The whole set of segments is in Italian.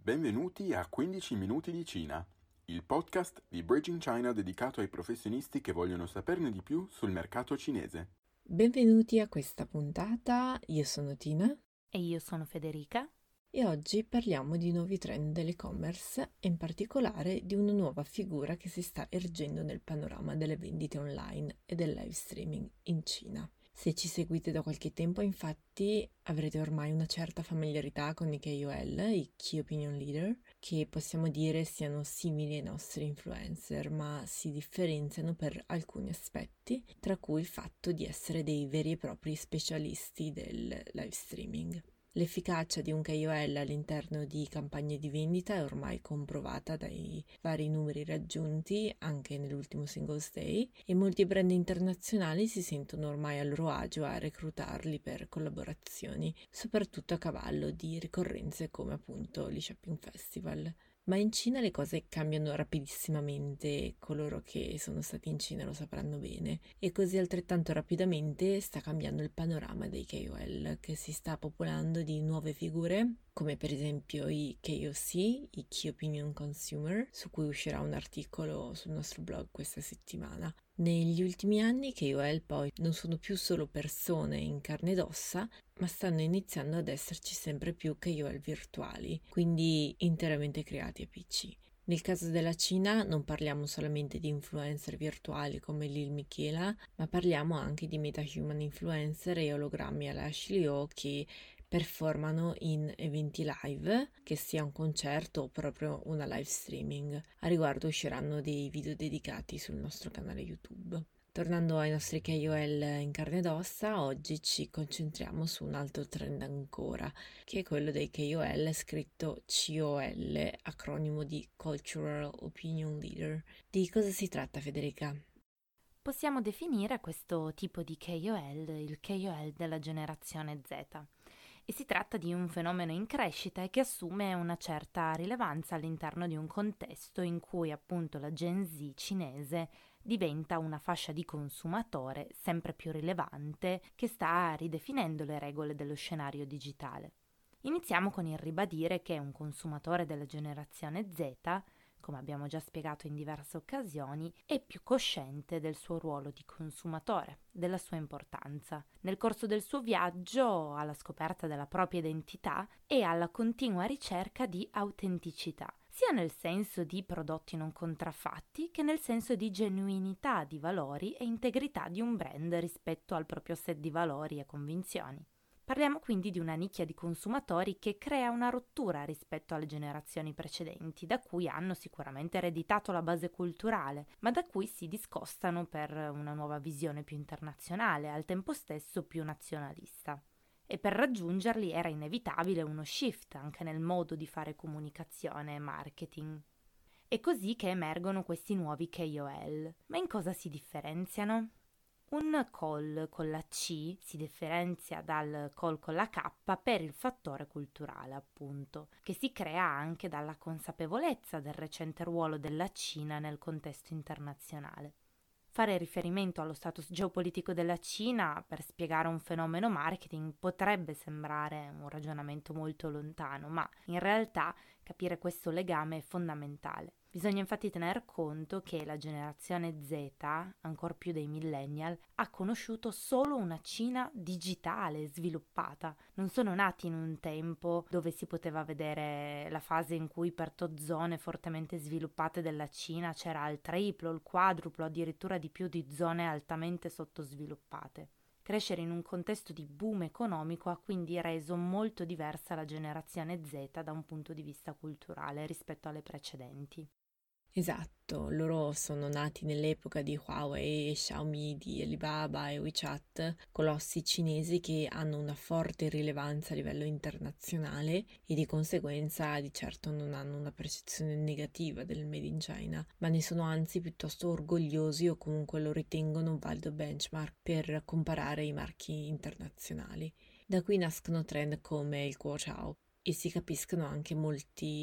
Benvenuti a 15 minuti di Cina, il podcast di Bridging China dedicato ai professionisti che vogliono saperne di più sul mercato cinese. Benvenuti a questa puntata, io sono Tina E io sono Federica. e oggi parliamo di nuovi trend dell'e-commerce e in particolare di una nuova figura che si sta ergendo nel panorama delle vendite online e del live streaming in Cina. Se ci seguite da qualche tempo, infatti, avrete ormai una certa familiarità con i KOL, i Key Opinion Leader, che possiamo dire siano simili ai nostri influencer, ma si differenziano per alcuni aspetti, tra cui il fatto di essere dei veri e propri specialisti del live streaming. L'efficacia di un KOL all'interno di campagne di vendita è ormai comprovata dai vari numeri raggiunti anche nell'ultimo Singles Day e molti brand internazionali si sentono ormai a loro agio a reclutarli per collaborazioni, soprattutto a cavallo di ricorrenze come appunto gli Shopping Festival. Ma in Cina le cose cambiano rapidissimamente e coloro che sono stati in Cina lo sapranno bene. E così altrettanto rapidamente sta cambiando il panorama dei KOL, che si sta popolando di nuove figure, come per esempio i KOC, i Key Opinion Consumer, su cui uscirà un articolo sul nostro blog questa settimana. Negli ultimi anni i KOL poi non sono più solo persone in carne ed ossa, ma stanno iniziando ad esserci sempre più KOL virtuali, quindi interamente creati a PC. Nel caso della Cina non parliamo solamente di influencer virtuali come Lil Michela, ma parliamo anche di metahuman influencer e ologrammi alla Ashley O che performano in eventi live, che sia un concerto o proprio una live streaming. A riguardo usciranno dei video dedicati sul nostro canale YouTube. Tornando ai nostri KOL in carne ed ossa, oggi ci concentriamo su un altro trend ancora, che è quello dei KOL scritto COL, acronimo di Cultural Opinion Leader. Di cosa si tratta, Federica? Possiamo definire questo tipo di KOL il KOL della generazione Z. E si tratta di un fenomeno in crescita e che assume una certa rilevanza all'interno di un contesto in cui appunto la Gen Z cinese diventa una fascia di consumatore sempre più rilevante che sta ridefinendo le regole dello scenario digitale. Iniziamo con il ribadire che un consumatore della generazione Z, come abbiamo già spiegato in diverse occasioni, è più cosciente del suo ruolo di consumatore, della sua importanza, nel corso del suo viaggio alla scoperta della propria identità e alla continua ricerca di autenticità, sia nel senso di prodotti non contraffatti che nel senso di genuinità di valori e integrità di un brand rispetto al proprio set di valori e convinzioni. Parliamo quindi di una nicchia di consumatori che crea una rottura rispetto alle generazioni precedenti, da cui hanno sicuramente ereditato la base culturale, ma da cui si discostano per una nuova visione più internazionale, al tempo stesso più nazionalista. E per raggiungerli era inevitabile uno shift anche nel modo di fare comunicazione e marketing. È così che emergono questi nuovi KOL. Ma in cosa si differenziano? Un call con la C si differenzia dal call con la K per il fattore culturale, appunto, che si crea anche dalla consapevolezza del recente ruolo della Cina nel contesto internazionale. Fare riferimento allo status geopolitico della Cina per spiegare un fenomeno marketing potrebbe sembrare un ragionamento molto lontano, ma in realtà capire questo legame è fondamentale. Bisogna infatti tener conto che la generazione Z, ancor più dei millennial, ha conosciuto solo una Cina digitale, sviluppata. Non sono nati in un tempo dove si poteva vedere la fase in cui per zone fortemente sviluppate della Cina c'era il triplo, il quadruplo, addirittura di più di zone altamente sottosviluppate. Crescere in un contesto di boom economico ha quindi reso molto diversa la generazione Z da un punto di vista culturale rispetto alle precedenti. Esatto, loro sono nati nell'epoca di Huawei e Xiaomi, di Alibaba e WeChat, colossi cinesi che hanno una forte rilevanza a livello internazionale e di conseguenza di certo non hanno una percezione negativa del Made in China, ma ne sono anzi piuttosto orgogliosi o comunque lo ritengono un valido benchmark per comparare i marchi internazionali. Da qui nascono trend come il Guochao e si capiscono anche molti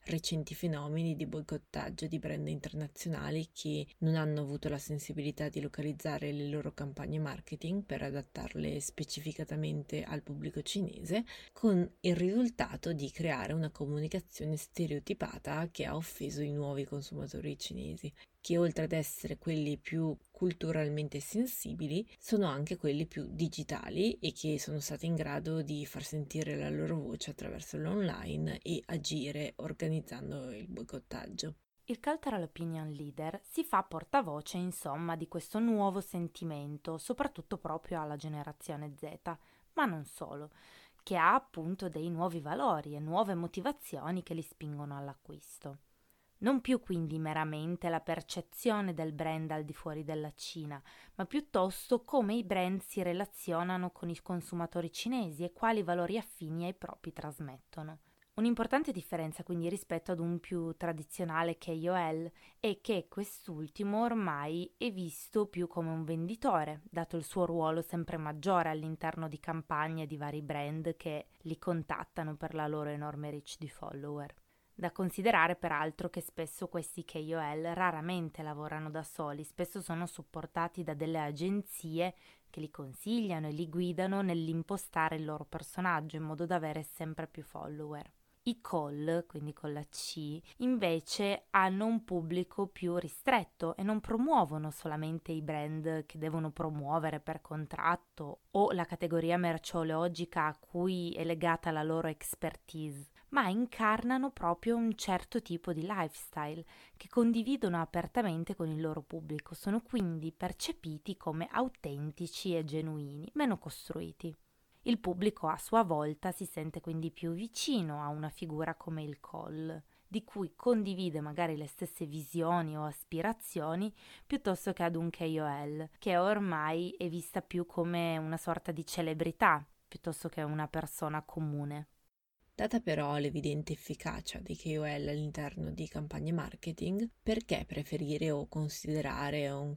recenti fenomeni di boicottaggio di brand internazionali che non hanno avuto la sensibilità di localizzare le loro campagne marketing per adattarle specificatamente al pubblico cinese, con il risultato di creare una comunicazione stereotipata che ha offeso i nuovi consumatori cinesi, che oltre ad essere quelli più culturalmente sensibili, sono anche quelli più digitali e che sono stati in grado di far sentire la loro voce attraverso l'online e agire organizzando il boicottaggio. Il Cultural Opinion Leader si fa portavoce, insomma, di questo nuovo sentimento, soprattutto proprio alla generazione Z, ma non solo, che ha appunto dei nuovi valori e nuove motivazioni che li spingono all'acquisto. Non più quindi meramente la percezione del brand al di fuori della Cina, ma piuttosto come i brand si relazionano con i consumatori cinesi e quali valori affini ai propri trasmettono. Un'importante differenza quindi rispetto ad un più tradizionale KOL è che quest'ultimo ormai è visto più come un venditore, dato il suo ruolo sempre maggiore all'interno di campagne di vari brand che li contattano per la loro enorme reach di follower. Da considerare peraltro che spesso questi KOL raramente lavorano da soli, spesso sono supportati da delle agenzie che li consigliano e li guidano nell'impostare il loro personaggio in modo da avere sempre più follower. I call, quindi con la C, invece hanno un pubblico più ristretto e non promuovono solamente i brand che devono promuovere per contratto o la categoria merceologica a cui è legata la loro expertise, ma incarnano proprio un certo tipo di lifestyle che condividono apertamente con il loro pubblico, sono quindi percepiti come autentici e genuini, meno costruiti. Il pubblico a sua volta si sente quindi più vicino a una figura come il call, di cui condivide magari le stesse visioni o aspirazioni piuttosto che ad un KOL, che ormai è vista più come una sorta di celebrità piuttosto che una persona comune. Data però l'evidente efficacia dei KOL all'interno di campagne marketing, perché preferire o considerare un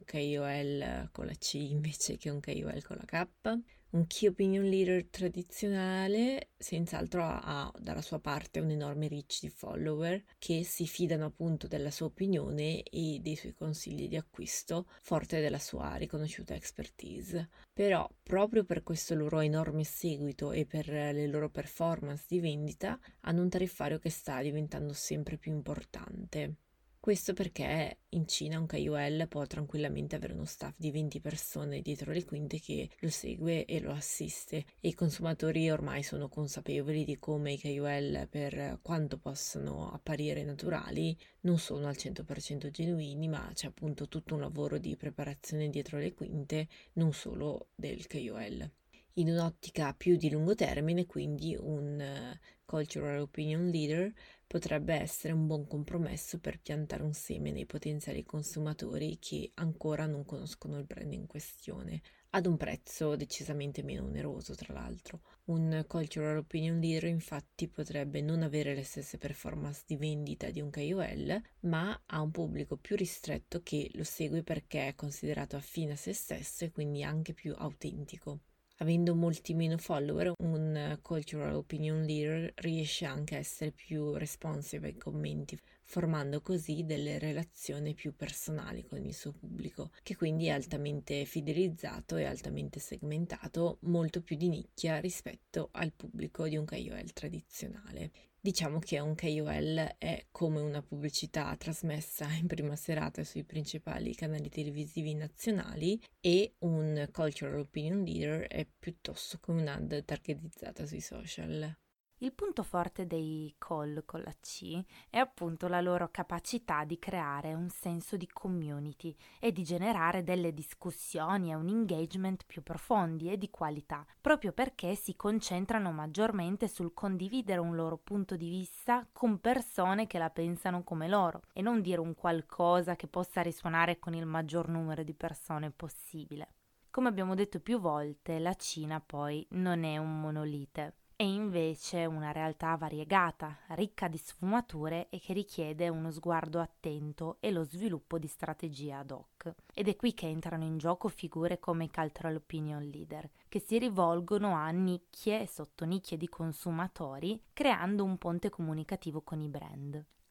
KOL con la C invece che un KOL con la K? Un Key Opinion Leader tradizionale senz'altro ha dalla sua parte un enorme reach di follower che si fidano appunto della sua opinione e dei suoi consigli di acquisto, forte della sua riconosciuta expertise. Però proprio per questo loro enorme seguito e per le loro performance di vendita hanno un tariffario che sta diventando sempre più importante. Questo perché in Cina un KOL può tranquillamente avere uno staff di 20 persone dietro le quinte che lo segue e lo assiste, e i consumatori ormai sono consapevoli di come i KOL, per quanto possano apparire naturali, non sono al 100% genuini, ma c'è appunto tutto un lavoro di preparazione dietro le quinte, non solo del KOL. In un'ottica più di lungo termine, quindi un Cultural Opinion Leader potrebbe essere un buon compromesso per piantare un seme nei potenziali consumatori che ancora non conoscono il brand in questione, ad un prezzo decisamente meno oneroso, tra l'altro. Un Cultural Opinion Leader infatti potrebbe non avere le stesse performance di vendita di un KOL, ma ha un pubblico più ristretto che lo segue perché è considerato affine a se stesso e quindi anche più autentico. Avendo molti meno follower, un Cultural Opinion Leader riesce anche a essere più responsive ai commenti, formando così delle relazioni più personali con il suo pubblico, che quindi è altamente fidelizzato e altamente segmentato, molto più di nicchia rispetto al pubblico di un KOL tradizionale. Diciamo che un KOL è come una pubblicità trasmessa in prima serata sui principali canali televisivi nazionali e un Cultural Opinion Leader è piuttosto come un'ad targetizzata sui social. Il punto forte dei call con la C è appunto la loro capacità di creare un senso di community e di generare delle discussioni e un engagement più profondi e di qualità, proprio perché si concentrano maggiormente sul condividere un loro punto di vista con persone che la pensano come loro e non dire un qualcosa che possa risuonare con il maggior numero di persone possibile. Come abbiamo detto più volte, la Cina poi non è un monolite. È invece una realtà variegata, ricca di sfumature e che richiede uno sguardo attento e lo sviluppo di strategie ad hoc. Ed è qui che entrano in gioco figure come i Cultural Opinion Leader, che si rivolgono a nicchie e sottonicchie di consumatori, creando un ponte comunicativo con i brand.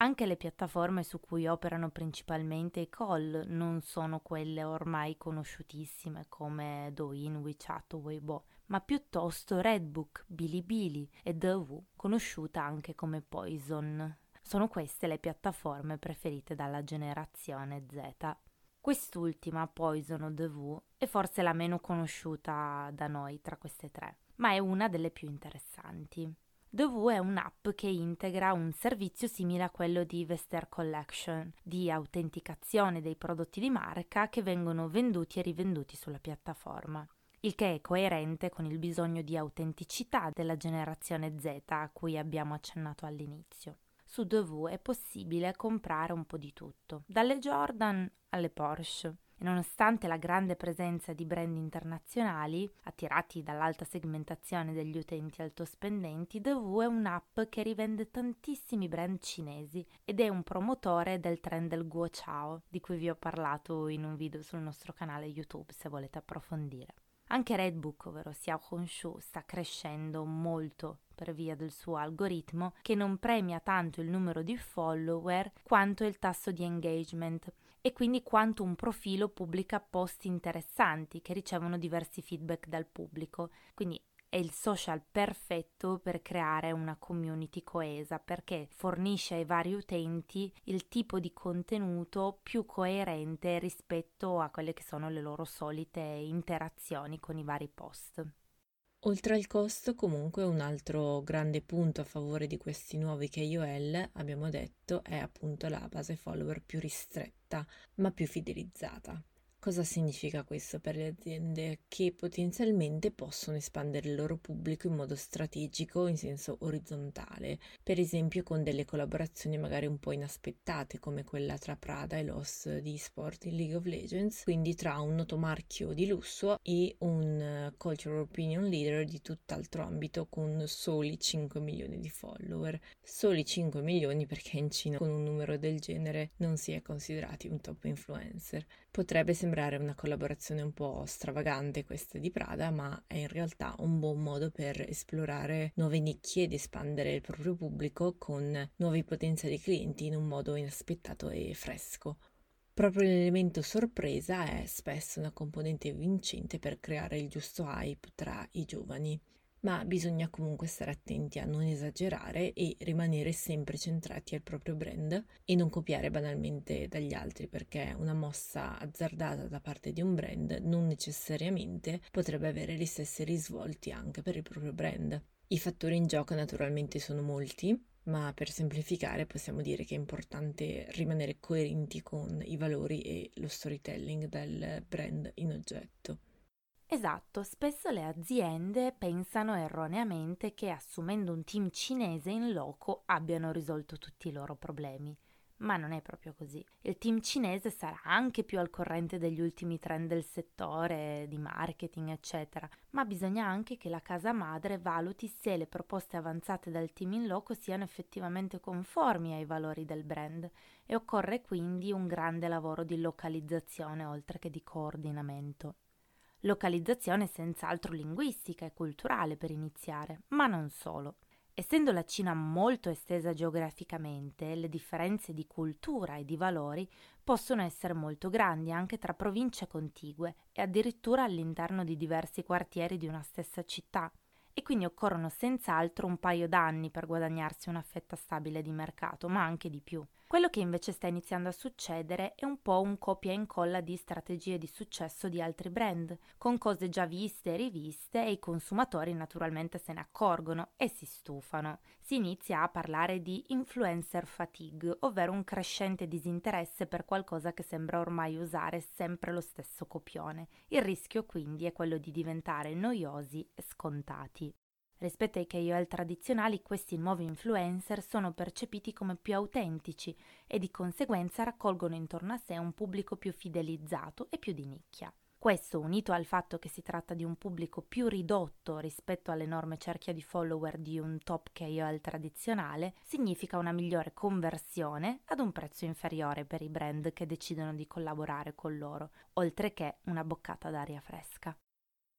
Anche le piattaforme su cui operano principalmente i call non sono quelle ormai conosciutissime come Douyin, WeChat o Weibo, ma piuttosto Redbook, Bilibili e Dewu, conosciuta anche come Poison. Sono queste le piattaforme preferite dalla generazione Z. Quest'ultima, Poison o Dewu, è forse la meno conosciuta da noi tra queste tre, ma è una delle più interessanti. Dewu è un'app che integra un servizio simile a quello di Vester Collection, di autenticazione dei prodotti di marca che vengono venduti e rivenduti sulla piattaforma, il che è coerente con il bisogno di autenticità della generazione Z a cui abbiamo accennato all'inizio. Su Dewu è possibile comprare un po' di tutto, dalle Jordan alle Porsche. E nonostante la grande presenza di brand internazionali, attirati dall'alta segmentazione degli utenti altospendenti, Dewu è un'app che rivende tantissimi brand cinesi ed è un promotore del trend del guochao, di cui vi ho parlato in un video sul nostro canale YouTube se volete approfondire. Anche Redbook, ovvero sia Honshu, sta crescendo molto per via del suo algoritmo che non premia tanto il numero di follower quanto il tasso di engagement e quindi quanto un profilo pubblica post interessanti che ricevono diversi feedback dal pubblico. Quindi è il social perfetto per creare una community coesa perché fornisce ai vari utenti il tipo di contenuto più coerente rispetto a quelle che sono le loro solite interazioni con i vari post. Oltre al costo, comunque un altro grande punto a favore di questi nuovi KOL, abbiamo detto, è appunto la base follower più ristretta, ma più fidelizzata. Cosa significa questo per le aziende? Che potenzialmente possono espandere il loro pubblico in modo strategico in senso orizzontale, per esempio con delle collaborazioni magari un po' inaspettate come quella tra Prada e Lost di sport in League of Legends, quindi tra un noto marchio di lusso e un cultural opinion leader di tutt'altro ambito con soli 5 milioni di follower. Soli 5 milioni perché in Cina con un numero del genere non si è considerati un top influencer. Potrebbe sembrare una collaborazione un po' stravagante questa di Prada, ma è in realtà un buon modo per esplorare nuove nicchie ed espandere il proprio pubblico con nuovi potenziali clienti in un modo inaspettato e fresco. Proprio l'elemento sorpresa è spesso una componente vincente per creare il giusto hype tra i giovani. Ma bisogna comunque stare attenti a non esagerare e rimanere sempre centrati al proprio brand e non copiare banalmente dagli altri, perché una mossa azzardata da parte di un brand non necessariamente potrebbe avere gli stessi risvolti anche per il proprio brand. I fattori in gioco naturalmente sono molti, ma per semplificare possiamo dire che è importante rimanere coerenti con i valori e lo storytelling del brand in oggetto. Esatto, spesso le aziende pensano erroneamente che assumendo un team cinese in loco abbiano risolto tutti i loro problemi, ma non è proprio così. Il team cinese sarà anche più al corrente degli ultimi trend del settore, di marketing, eccetera, ma bisogna anche che la casa madre valuti se le proposte avanzate dal team in loco siano effettivamente conformi ai valori del brand e occorre quindi un grande lavoro di localizzazione oltre che di coordinamento. Localizzazione senz'altro linguistica e culturale per iniziare, ma non solo. Essendo la Cina molto estesa geograficamente, le differenze di cultura e di valori possono essere molto grandi anche tra province contigue e addirittura all'interno di diversi quartieri di una stessa città. E quindi occorrono senz'altro un paio d'anni per guadagnarsi una fetta stabile di mercato, ma anche di più. Quello che invece sta iniziando a succedere è un po' un copia e incolla di strategie di successo di altri brand, con cose già viste e riviste e i consumatori naturalmente se ne accorgono e si stufano. Si inizia a parlare di influencer fatigue, ovvero un crescente disinteresse per qualcosa che sembra ormai usare sempre lo stesso copione. Il rischio quindi è quello di diventare noiosi e scontati. Rispetto ai KOL tradizionali, questi nuovi influencer sono percepiti come più autentici e di conseguenza raccolgono intorno a sé un pubblico più fidelizzato e più di nicchia. Questo, unito al fatto che si tratta di un pubblico più ridotto rispetto all'enorme cerchia di follower di un top KOL tradizionale, significa una migliore conversione ad un prezzo inferiore per i brand che decidono di collaborare con loro, oltre che una boccata d'aria fresca.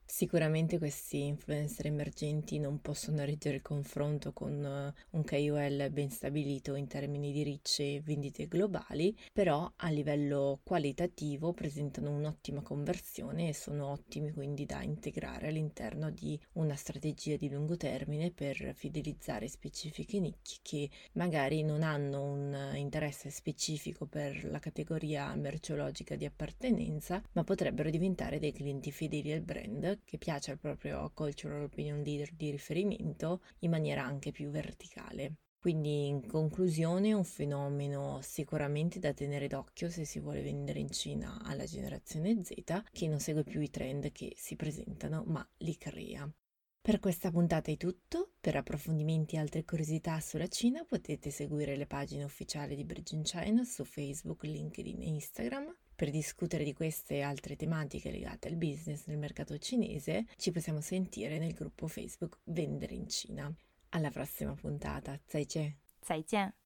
Sicuramente questi influencer emergenti non possono reggere il confronto con un KOL ben stabilito in termini di reach e vendite globali, però a livello qualitativo presentano un'ottima conversione e sono ottimi quindi da integrare all'interno di una strategia di lungo termine per fidelizzare specifiche nicchie che magari non hanno un interesse specifico per la categoria merceologica di appartenenza, ma potrebbero diventare dei clienti fedeli al brand che piace al proprio cultural opinion leader di riferimento in maniera anche più verticale. Quindi in conclusione un fenomeno sicuramente da tenere d'occhio se si vuole vendere in Cina alla generazione Z, che non segue più i trend che si presentano ma li crea. Per questa puntata è tutto. Per approfondimenti e altre curiosità sulla Cina potete seguire le pagine ufficiali di Bridging China su Facebook, LinkedIn e Instagram. Per discutere di queste e altre tematiche legate al business nel mercato cinese ci possiamo sentire nel gruppo Facebook Vendere in Cina. Alla prossima puntata, 再见! 再见